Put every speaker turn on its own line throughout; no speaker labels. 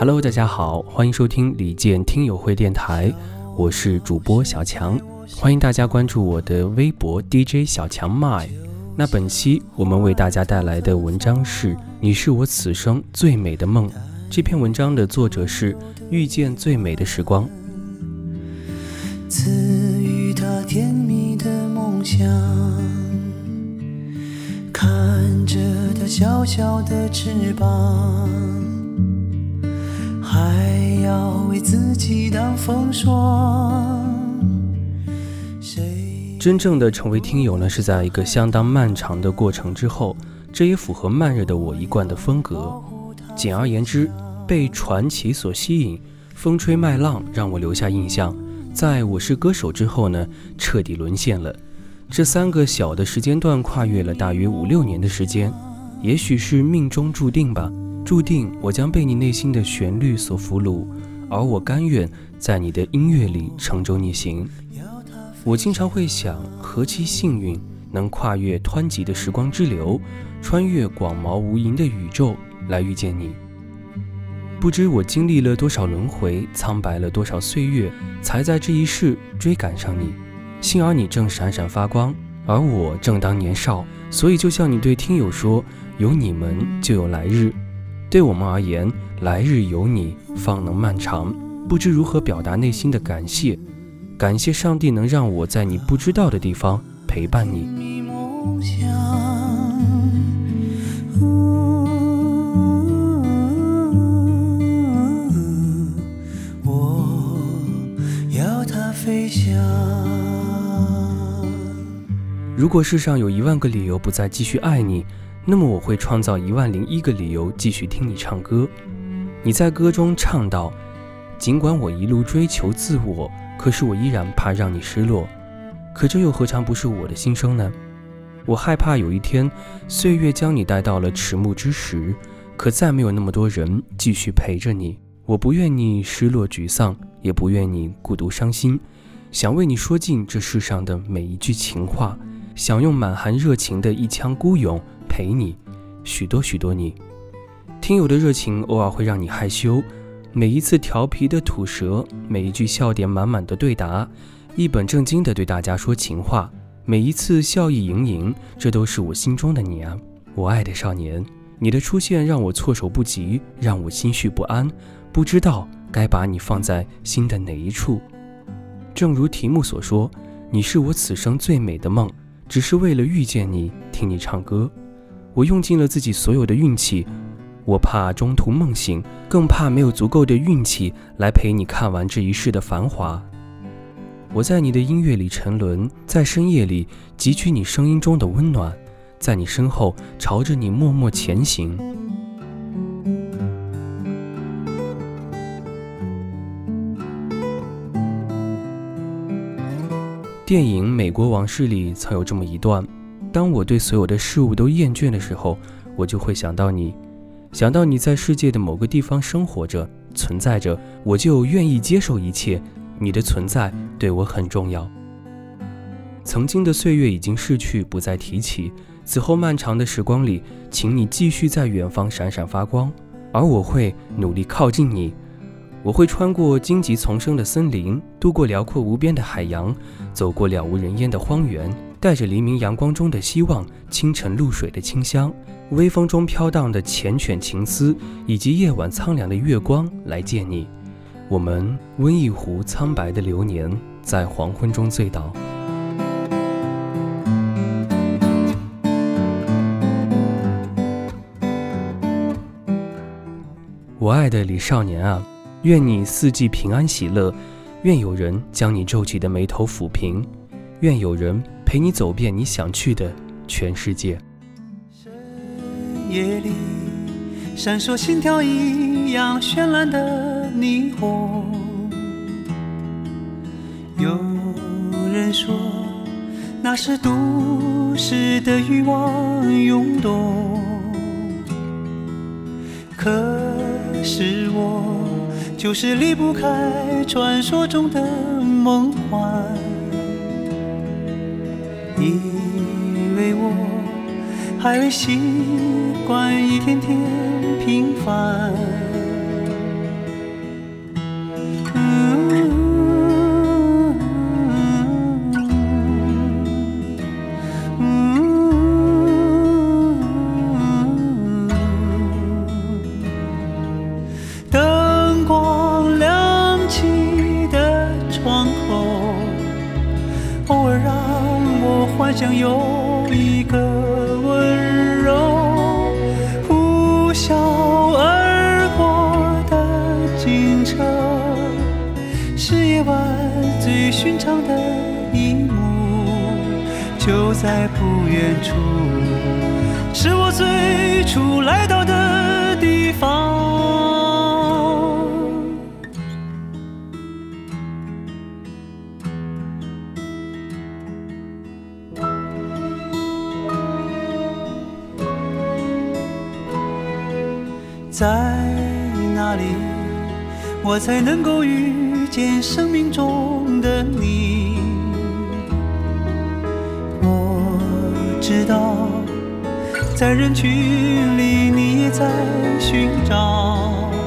Hello， 大家好，欢迎收听李健听友会电台，我是主播小强，欢迎大家关注我的微博 DJ 小强 My。那本期我们为大家带来的文章是《你是我此生最美的梦》。这篇文章的作者是遇见最美的时光。
赐予他甜蜜的梦想，看着他小小的翅膀，还要为自己挡风霜。
真正的成为听友呢，是在一个相当漫长的过程之后，这也符合慢热的我一贯的风格。简而言之，被传奇所吸引，风吹麦浪让我留下印象，在我是歌手之后呢，彻底沦陷了。这3个小的时间段跨越了大约5-6年的时间，也许是命中注定吧，注定我将被你内心的旋律所俘虏，而我甘愿在你的音乐里乘舟逆行。我经常会想，何其幸运，能跨越湍急的时光之流，穿越广袤无垠的宇宙来遇见你。不知我经历了多少轮回，苍白了多少岁月，才在这一世追赶上你。幸而你正闪闪发光，而我正当年少，所以就像你对听友说，有你们就有来日。对我们而言，来日有你方能漫长。不知如何表达内心的感谢，感谢上帝能让我在你不知道的地方陪伴你。如果世上有1万个理由不再继续爱你，那么我会创造10001个理由继续听你唱歌。你在歌中唱道，尽管我一路追求自我，可是我依然怕让你失落。可这又何尝不是我的心声呢？我害怕有一天，岁月将你带到了迟暮之时，可再没有那么多人继续陪着你。我不愿你失落沮丧，也不愿你孤独伤心，想为你说尽这世上的每一句情话，想用满含热情的一腔孤勇陪你许多许多你。听友的热情偶尔会让你害羞，每一次调皮的吐舌，每一句笑点满满的对答，一本正经地对大家说情话，每一次笑意盈盈，这都是我心中的你啊，我爱的少年。你的出现让我措手不及，让我心绪不安，不知道该把你放在心的哪一处。正如题目所说，你是我此生最美的梦，只是为了遇见你，听你唱歌。我用尽了自己所有的运气，我怕中途梦醒，更怕没有足够的运气来陪你看完这一世的繁华。我在你的音乐里沉沦，在深夜里汲取你声音中的温暖，在你身后朝着你默默前行。电影《美国往事》里曾有这么一段，当我对所有的事物都厌倦的时候，我就会想到你，想到你在世界的某个地方生活着，存在着，我就愿意接受一切，你的存在对我很重要。曾经的岁月已经逝去，不再提起，此后漫长的时光里，请你继续在远方闪闪发光，而我会努力靠近你。我会穿过荆棘丛生的森林，渡过辽阔无边的海洋，走过了无人烟的荒原，带着黎明阳光中的希望，清晨露水的清香，微风中飘荡的缱绻情思，以及夜晚苍凉的月光来见你。我们温一壶苍白的流年，在黄昏中醉倒。我爱的李少年啊，愿你四季平安喜乐，愿有人将你皱起的眉头抚平，愿有人陪你走遍你想去的全世界。
深夜里闪烁心跳一样绚烂的霓虹，有人说那是都市的欲望涌动，可是我就是离不开传说中的梦幻，因为我还未习惯一天天平凡。 在不远处，是我最初来到的地方。在哪里，我才能够遇见生命中的你？我知道，在人群里，你也在寻找。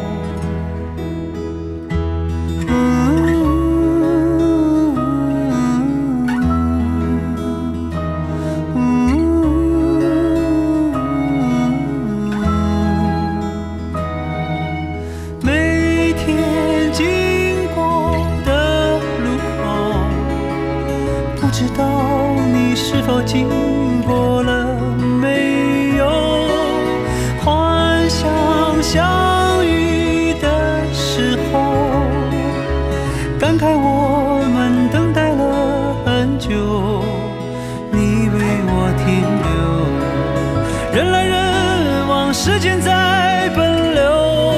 不知道你是否经过了没有？幻想相遇的时候，感慨我们等待了很久，你为我停留。人来人往，时间在奔流。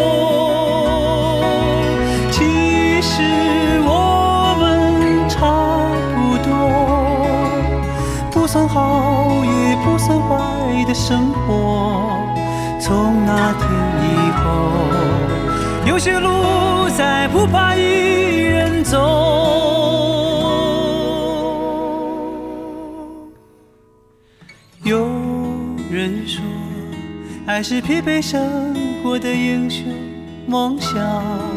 其实我们差不多，不算好也不算坏的生活。从那天以后，有些路再不怕一人走。有人说，爱是疲惫生活的英雄梦想。